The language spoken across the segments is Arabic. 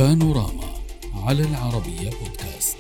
بانوراما على العربية بودكاست.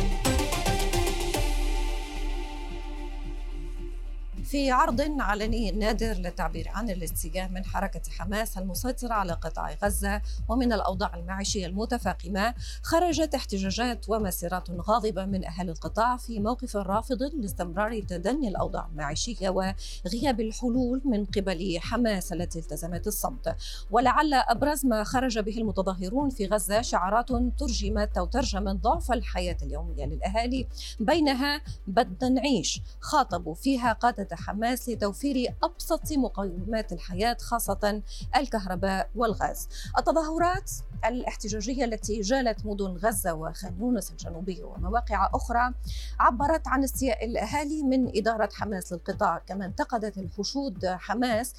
في عرض علني نادر للتعبير عن الانسجام من حركة حماس المسيطرة على قطاع غزة ومن الأوضاع المعيشية المتفاقمة، خرجت احتجاجات ومسيرات غاضبة من أهل القطاع في موقف رافض لاستمرار تدني الأوضاع المعيشية وغياب الحلول من قبل حماس التي التزمت الصمت. ولعل أبرز ما خرج به المتظاهرون في غزة شعارات ترجمت أو ترجمت ضعف الحياة اليومية للأهالي، بينها بدنا نعيش، خاطبوا فيها قادة حماس لتوفير أبسط مقومات الحياة خاصة الكهرباء والغاز. التظاهرات الاحتجاجية التي جالت مدن غزة وخان يونس الجنوبية ومواقع أخرى عبرت عن استياء الأهالي من إدارة حماس للقطاع، كما انتقدت الحشود حماس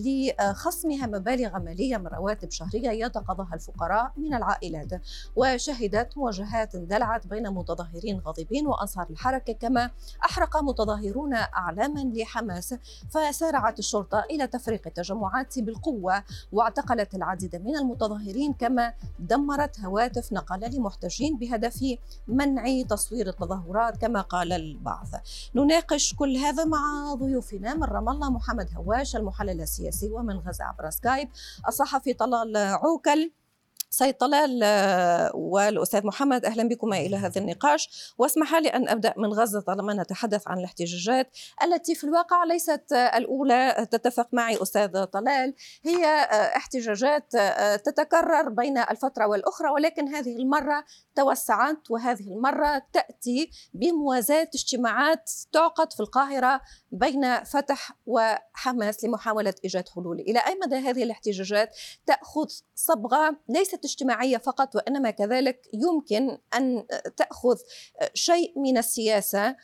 لخصمها مبالغ مالية من رواتب شهرية يتقاضاها الفقراء من العائلات. وشهدت مواجهات اندلعت بين متظاهرين غاضبين وأنصار الحركة، كما أحرق متظاهرون أعلاما لحماس، فسارعت الشرطة إلى تفريق التجمعات بالقوة واعتقلت العديد من المتظاهرين، كما دمرت هواتف نقل لمحتجين بهدف منع تصوير التظاهرات كما قال البعض. نناقش كل هذا مع ضيوفنا من رام الله محمد هواش المحلل السياسي، ومن غزة عبر سكايب الصحفي طلال عوكل. سيد طلال والأستاذ محمد، أهلا بكم إلى هذا النقاش. واسمح لي أن أبدأ من غزة طالما نتحدث عن الاحتجاجات التي في الواقع ليست الأولى. تتفق معي أستاذ طلال، هي احتجاجات تتكرر بين الفترة والأخرى، ولكن هذه المرة توسعت، وهذه المرة تأتي بموازاة اجتماعات تعقد في القاهرة بين فتح وحماس لمحاولة إيجاد حلول. إلى أي مدى هذه الاحتجاجات تأخذ صبغة ليست اجتماعية فقط، وإنما كذلك يمكن أن تأخذ شيء من السياسة؟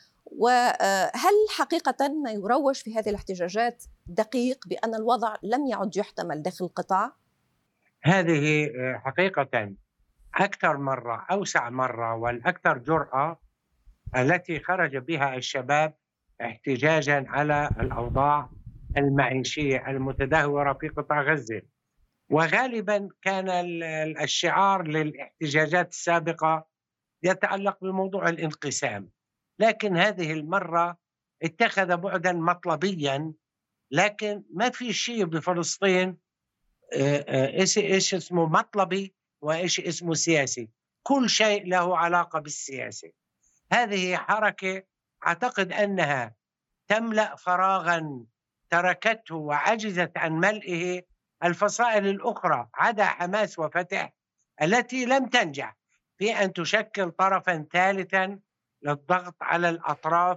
وهل حقيقة ما يروج في هذه الاحتجاجات دقيق بأن الوضع لم يعد يحتمل داخل القطاع؟ هذه حقيقة أكثر مرة، أوسع مرة والأكثر جرأة التي خرج بها الشباب احتجاجا على الأوضاع المعيشية المتدهورة في قطاع غزة. وغالبا كان الشعار للاحتجاجات السابقة يتعلق بموضوع الانقسام، لكن هذه المرة اتخذ بعدا مطلبيا. لكن ما في شيء بفلسطين إيش اسمه مطلبي وإيش اسمه سياسي، كل شيء له علاقة بالسياسة. هذه حركة أعتقد أنها تملأ فراغا تركته وعجزت عن ملئه الفصائل الأخرى عدا حماس وفتح، التي لم تنجح في أن تشكل طرفا ثالثا للضغط على الأطراف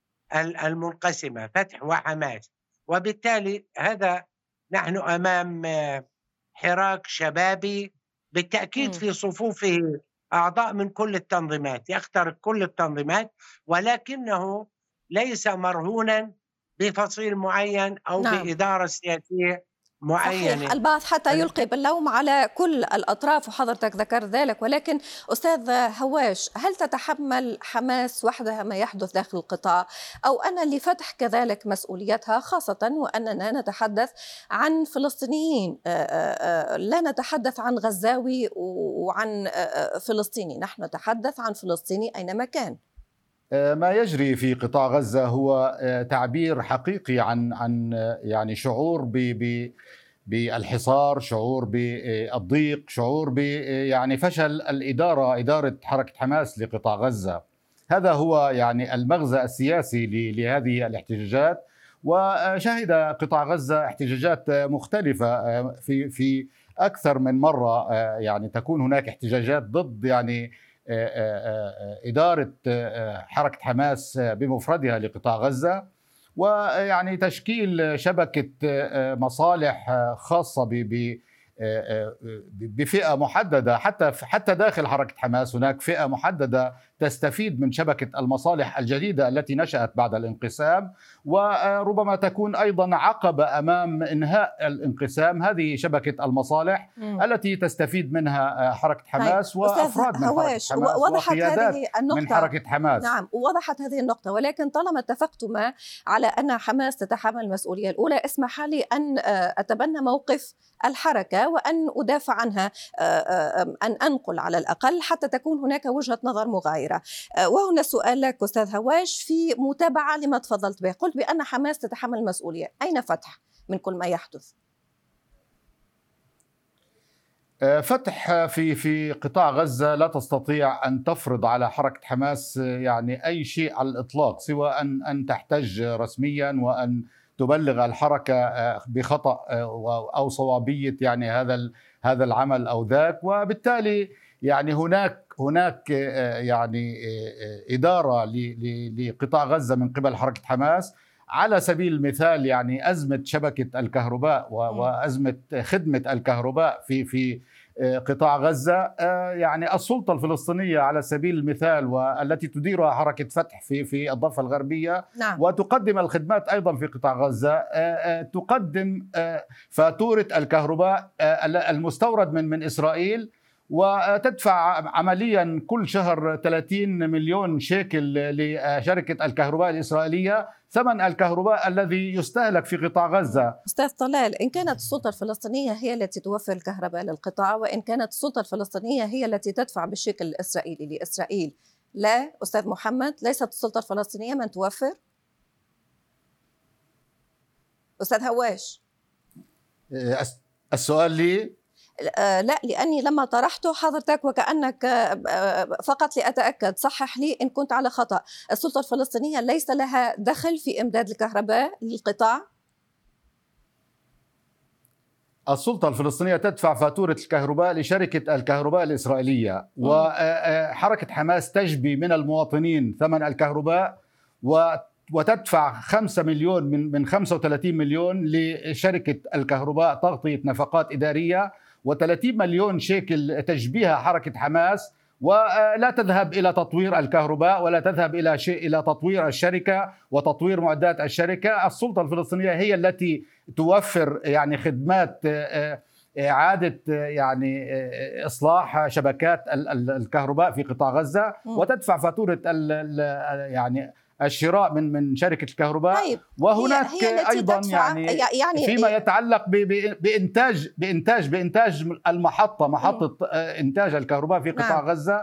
المنقسمة فتح وحماس. وبالتالي هذا نحن أمام حراك شبابي بالتأكيد في صفوفه أعضاء من كل التنظيمات، يخترق كل التنظيمات، ولكنه ليس مرهونا بفصيل معين أو بإدارة سياسية معينة. صحيح، البعض حتى يلقي باللوم على كل الأطراف وحضرتك ذكرت ذلك، ولكن أستاذ هواش، هل تتحمل حماس وحدها ما يحدث داخل القطاع، أو أن لفتح كذلك مسؤوليتها، خاصة وأننا نتحدث عن فلسطينيين، لا نتحدث عن غزاوي وعن فلسطيني، نحن نتحدث عن فلسطيني أينما كان؟ ما يجري في قطاع غزة هو تعبير حقيقي عن يعني شعور بالحصار، شعور بالضيق، شعور يعني فشل إدارة حركة حماس لقطاع غزة. هذا هو يعني المغزى السياسي لهذه الاحتجاجات. وشهد قطاع غزة احتجاجات مختلفة في أكثر من مرة، يعني تكون هناك احتجاجات ضد يعني إدارة حركة حماس بمفردها لقطاع غزة، ويعني تشكيل شبكة مصالح خاصة بفئة محددة. حتى داخل حركة حماس هناك فئة محددة تستفيد من شبكة المصالح الجديدة التي نشأت بعد الانقسام، وربما تكون أيضا عقبة أمام إنهاء الانقسام هذه شبكة المصالح التي تستفيد منها حركة حماس وأفراد من حركة حماس وقيادات من حركة حماس. نعم، وضحت هذه النقطة، ولكن طالما اتفقتما على أن حماس تتحمل المسؤولية الأولى، اسمح لي أن أتبنى موقف الحركة غزة وأن أدافع عنها، أن أنقل على الأقل حتى تكون هناك وجهة نظر مغايرة. وهنا سؤال لك أستاذ هواش في متابعة لما تفضلت به، قلت بأن حماس تتحمل المسؤولية، أين فتح من كل ما يحدث؟ فتح في قطاع غزة لا تستطيع أن تفرض على حركة حماس يعني أي شيء على الإطلاق، سوى أن تحتج رسميا وأن تبلغ الحركة بخطأ أو صوابية يعني هذا العمل أو ذاك. وبالتالي يعني هناك يعني إدارة لقطاع غزة من قبل حركة حماس. على سبيل المثال يعني أزمة شبكة الكهرباء وأزمة خدمة الكهرباء في قطاع غزة، يعني السلطة الفلسطينية على سبيل المثال والتي تديرها حركة فتح في الضفة الغربية، نعم. وتقدم الخدمات أيضا في قطاع غزة، تقدم فاتورة الكهرباء المستورد من إسرائيل، وتدفع عمليا كل شهر 30 مليون شيكل لشركة الكهرباء الإسرائيلية ثمن الكهرباء الذي يستهلك في قطاع غزة. أستاذ طلال، إن كانت السلطة الفلسطينية هي التي توفر الكهرباء للقطاع، وإن كانت السلطة الفلسطينية هي التي تدفع بالشيكل الإسرائيلي لإسرائيل، لا أستاذ محمد، ليست السلطة الفلسطينية من توفر؟ أستاذ هواش، السؤال لي؟ لا، لأني لما طرحته حضرتك وكأنك فقط لأتأكد، صحح لي إن كنت على خطأ، السلطة الفلسطينية ليس لها دخل في إمداد الكهرباء للقطاع؟ السلطة الفلسطينية تدفع فاتورة الكهرباء لشركة الكهرباء الإسرائيلية، وحركة حماس تجبي من المواطنين ثمن الكهرباء وتدفع 5 مليون من 35 مليون لشركة الكهرباء تغطية نفقات إدارية، و30 مليون شيكل تجبيها حركة حماس، ولا تذهب إلى تطوير الكهرباء ولا تذهب إلى تطوير الشركة وتطوير معدات الشركة. السلطة الفلسطينية هي التي توفر يعني خدمات إعادة يعني إصلاح شبكات الكهرباء في قطاع غزة، وتدفع فاتورة يعني الشراء من شركة الكهرباء. طيب، وهناك أيضا يعني فيما يتعلق بإنتاج محطة إنتاج الكهرباء في قطاع غزة.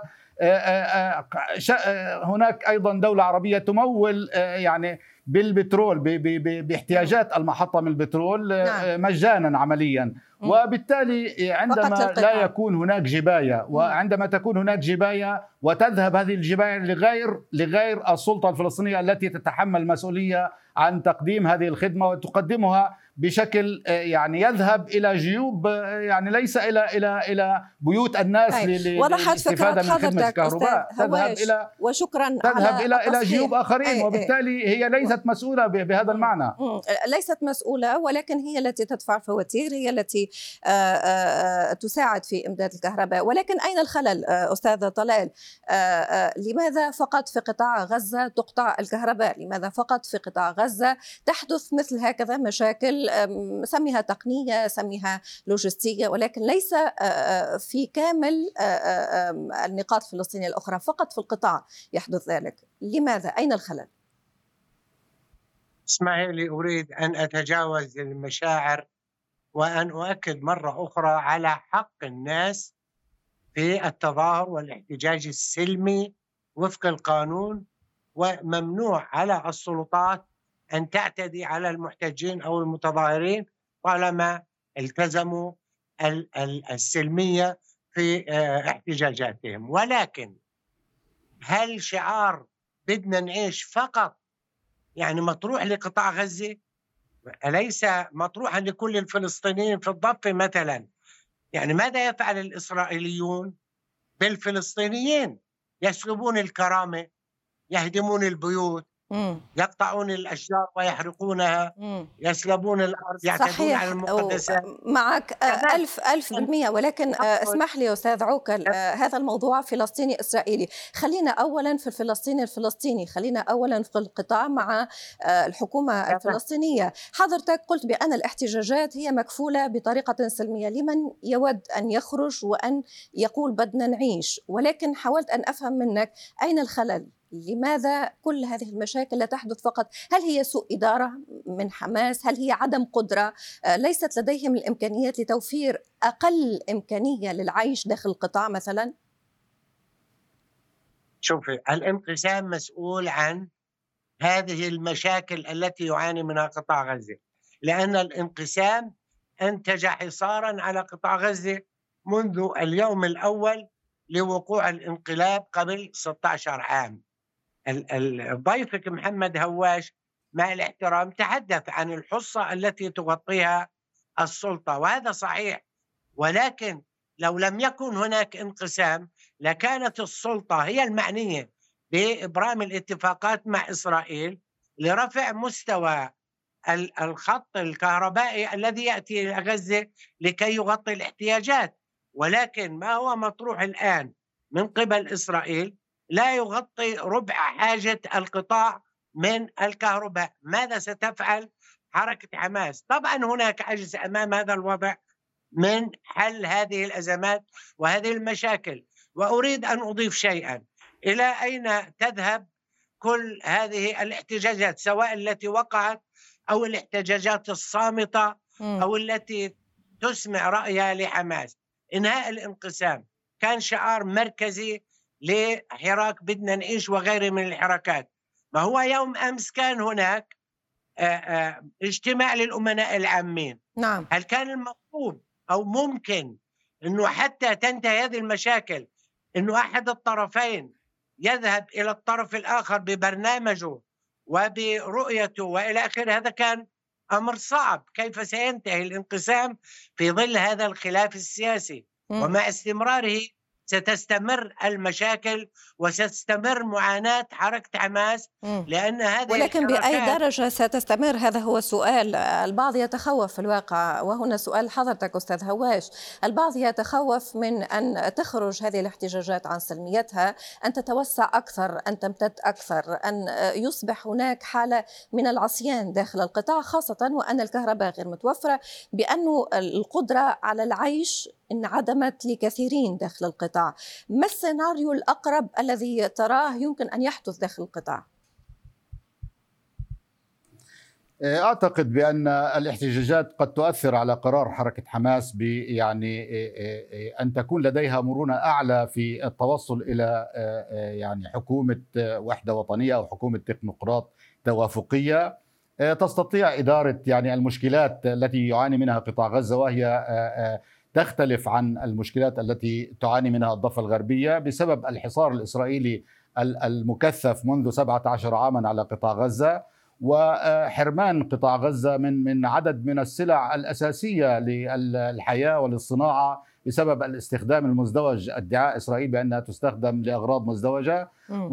هناك أيضا دولة عربية تمول يعني بالبترول باحتياجات المحطة من البترول مجانا عمليا، وبالتالي عندما لا يكون هناك جباية، وعندما تكون هناك جباية وتذهب هذه الجباية لغير السلطة الفلسطينية التي تتحمل المسؤولية عن تقديم هذه الخدمة وتقدمها بشكل يعني يذهب إلى جيوب، يعني ليس إلى بيوت الناس للاستفادة من خدمة الكهرباء، تذهب إلى جيوب آخرين، وبالتالي هي ليست مسؤولة بهذا المعنى. ليست مسؤولة، ولكن هي التي تدفع الفواتير، هي التي تساعد في إمداد الكهرباء. ولكن أين الخلل أستاذ طلال؟ لماذا فقط في قطاع غزة تقطع الكهرباء؟ لماذا فقط في قطاع غزة تحدث مثل هكذا مشاكل، سميها تقنية سميها لوجستية، ولكن ليس في كامل النقاط الفلسطينية الأخرى، فقط في القطاع يحدث ذلك؟ لماذا؟ أين الخلل؟ اسمحي لي، أريد أن أتجاوز المشاعر وأن أؤكد مرة أخرى على حق الناس في التظاهر والاحتجاج السلمي وفق القانون، وممنوع على السلطات أن تعتدي على المحتجين أو المتظاهرين طالما التزموا السلمية في احتجاجاتهم. ولكن هل شعار بدنا نعيش فقط يعني مطروح لقطاع غزة؟ أليس مطروحا لكل الفلسطينيين في الضفة مثلا؟ يعني ماذا يفعل الإسرائيليون بالفلسطينيين؟ يسلبون الكرامة، يهدمون البيوت، يقطعون الأشجار ويحرقونها، يسلبون الأرض، يعتدون على المقدسات. معك 1000%. ولكن اسمح لي أستاذ عوكل، هذا الموضوع فلسطيني إسرائيلي. خلينا أولا في الفلسطيني، خلينا أولا في القطاع مع الحكومة الفلسطينية. حضرتك قلت بأن الاحتجاجات هي مكفولة بطريقة سلمية لمن يود أن يخرج وأن يقول بدنا نعيش، ولكن حاولت أن أفهم منك أين الخلل؟ لماذا كل هذه المشاكل لا تحدث فقط؟ هل هي سوء إدارة من حماس؟ هل هي عدم قدرة؟ ليست لديهم الإمكانيات لتوفير أقل إمكانية للعيش داخل القطاع مثلا؟ شوفي، الانقسام مسؤول عن هذه المشاكل التي يعاني منها قطاع غزة، لأن الانقسام أنتج حصارا على قطاع غزة منذ اليوم الأول لوقوع الانقلاب قبل 16 عام. ضيفك محمد هواش مع الاحترام تحدث عن الحصة التي تغطيها السلطة، وهذا صحيح، ولكن لو لم يكن هناك انقسام لكانت السلطة هي المعنية بإبرام الاتفاقات مع إسرائيل لرفع مستوى الخط الكهربائي الذي يأتي إلى غزة لكي يغطي الاحتياجات. ولكن ما هو مطروح الآن من قبل إسرائيل لا يغطي ربع حاجة القطاع من الكهرباء. ماذا ستفعل حركة حماس؟ طبعا هناك عجز أمام هذا الوضع من حل هذه الأزمات وهذه المشاكل. وأريد أن أضيف شيئا: إلى أين تذهب كل هذه الاحتجاجات، سواء التي وقعت أو الاحتجاجات الصامتة أو التي تسمع رأيها لحماس؟ إنهاء الانقسام كان شعار مركزي لحراك بدنا نعيش وغيره من الحركات. ما هو يوم أمس كان هناك اجتماع للأمناء العامين. نعم. هل كان المطلوب أو ممكن أنه حتى تنتهي هذه المشاكل أنه أحد الطرفين يذهب إلى الطرف الآخر ببرنامجه وبرؤيته وإلى آخره؟ هذا كان أمر صعب. كيف سينتهي الانقسام في ظل هذا الخلاف السياسي؟ ومع استمراره ستستمر المشاكل وستستمر معاناة حركة حماس، لأن هذه ولكن بأي درجة ستستمر؟ هذا هو السؤال. البعض يتخوف في الواقع، وهنا سؤال حضرتك أستاذ هواش، البعض يتخوف من أن تخرج هذه الاحتجاجات عن سلميتها، أن تتوسع أكثر، أن تمتد أكثر، أن يصبح هناك حالة من العصيان داخل القطاع، خاصة وأن الكهرباء غير متوفرة، بأن القدرة على العيش انعدمت لكثيرين داخل القطاع. ما السيناريو الأقرب الذي تراه يمكن أن يحدث داخل القطاع؟ أعتقد بأن الاحتجاجات قد تؤثر على قرار حركة حماس يعني أن تكون لديها مرونة أعلى في التوصل إلى يعني حكومة وحدة وطنية أو حكومة تكنوقراط توافقية تستطيع إدارة يعني المشكلات التي يعاني منها قطاع غزة، وهي تختلف عن المشكلات التي تعاني منها الضفة الغربية بسبب الحصار الإسرائيلي المكثف منذ 17 عاما على قطاع غزة، وحرمان قطاع غزة من عدد من السلع الأساسية للحياة وللصناعة بسبب الاستخدام المزدوج، ادعاء إسرائيل بأنها تستخدم لأغراض مزدوجة.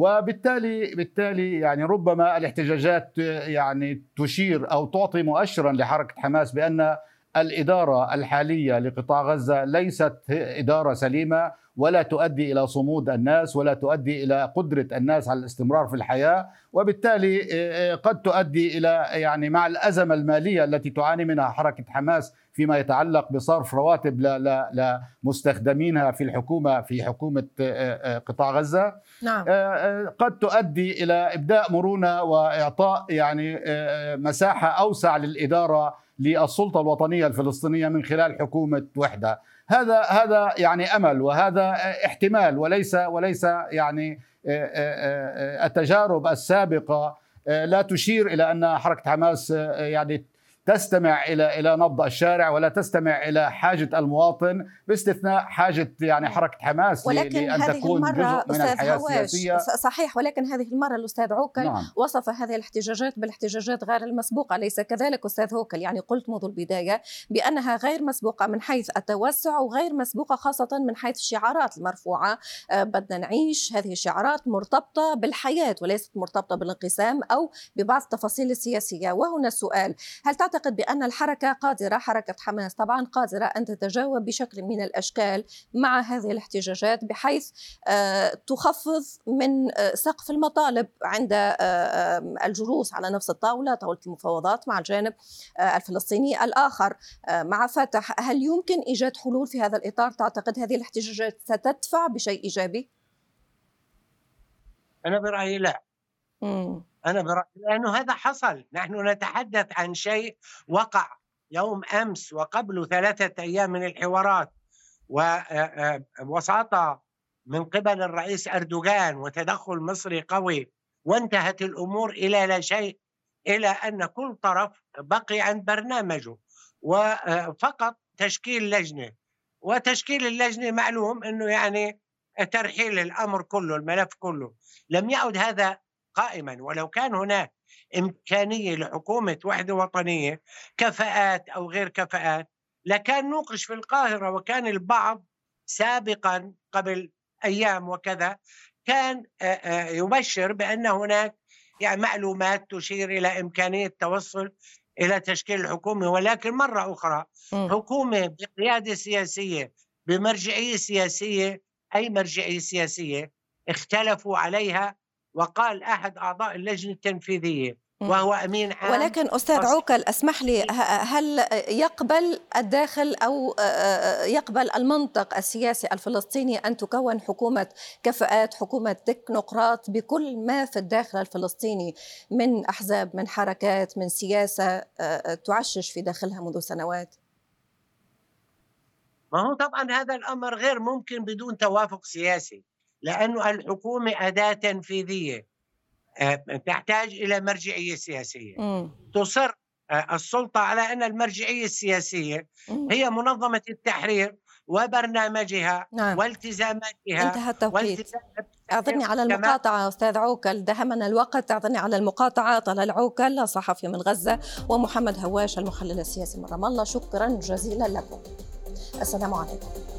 وبالتالي يعني ربما الاحتجاجات يعني تشير أو تعطي مؤشرا لحركة حماس بأن الإدارة الحالية لقطاع غزة ليست إدارة سليمة، ولا تؤدي إلى صمود الناس، ولا تؤدي إلى قدرة الناس على الاستمرار في الحياة، وبالتالي قد تؤدي إلى يعني مع الأزمة المالية التي تعاني منها حركة حماس فيما يتعلق بصرف رواتب لمستخدمينها في الحكومة في حكومة قطاع غزة. نعم. قد تؤدي إلى إبداء مرونة وإعطاء يعني مساحة أوسع للإدارة للسلطة الوطنية الفلسطينية من خلال حكومة وحدة. هذا يعني أمل وهذا احتمال، وليس يعني التجارب السابقة لا تشير إلى أن حركة حماس يعني تستمع إلى نبض الشارع ولا تستمع إلى حاجة المواطن، باستثناء حاجة يعني حركة حماس لأن تكون جزء من الحياة السياسية. صحيح، ولكن هذه المرة الأستاذ عوكل وصف هذه الاحتجاجات بالاحتجاجات غير المسبوقة، أليس كذلك أستاذ عوكل؟ يعني قلت منذ البداية بأنها غير مسبوقة من حيث التوسع وغير مسبوقة خاصة من حيث الشعارات المرفوعة. بدنا نعيش، هذه الشعارات مرتبطة بالحياة وليست مرتبطة بالانقسام أو ببعض التفاصيل السياسية. وهنا السؤال: هل تعتقد بأن الحركة قادرة، حركة حماس طبعا قادرة أن تتجاوب بشكل من الأشكال مع هذه الاحتجاجات بحيث تخفض من سقف المطالب عند الجلوس على نفس الطاولة، طاولة المفاوضات مع الجانب الفلسطيني الآخر مع فتح؟ هل يمكن إيجاد حلول في هذا الإطار؟ تعتقد هذه الاحتجاجات ستدفع بشيء إيجابي؟ أنا برأيي لا. أنا برأيي لأنه هذا حصل. نحن نتحدث عن شيء وقع يوم أمس وقبله 3 أيام من الحوارات ووساطة من قبل الرئيس أردوغان وتدخل مصري قوي، وانتهت الأمور إلى لا شيء، إلى أن كل طرف بقي عن برنامجه وفقط تشكيل لجنة. وتشكيل اللجنة معلوم أنه يعني ترحيل الأمر كله، الملف كله. لم يعد هذا قائما. ولو كان هناك إمكانية لحكومة وحدة وطنية، كفاءات أو غير كفاءات، لكان نوقش في القاهرة. وكان البعض سابقا قبل أيام وكذا كان يبشر بأن هناك يعني معلومات تشير إلى إمكانية التوصل إلى تشكيل الحكومة. ولكن مرة أخرى حكومة بقيادة سياسية بمرجعية سياسية، أي مرجعية سياسية، اختلفوا عليها. وقال أحد أعضاء اللجنة التنفيذية وهو أمين عام. ولكن أستاذ عوكل اسمح لي، هل يقبل الداخل أو يقبل المنطق السياسي الفلسطيني أن تكون حكومة كفاءات، حكومة تكنوقراط بكل ما في الداخل الفلسطيني من أحزاب، من حركات، من سياسة تعشش في داخلها منذ سنوات؟ ما هو طبعا هذا الأمر غير ممكن بدون توافق سياسي، لأن الحكومة أداة تنفيذية تحتاج إلى مرجعية سياسية. تصر السلطة على أن المرجعية السياسية هي منظمة التحرير وبرنامجها والتزاماتها. انتهى التوقيت. أعذرني على المقاطعة أستاذ عوكل، دهمنا الوقت. أعذرني على المقاطعة. طلال عوكل صحفي من غزة، ومحمد هواش المحلل السياسي من رام الله، شكرا جزيلا لكم. السلام عليكم.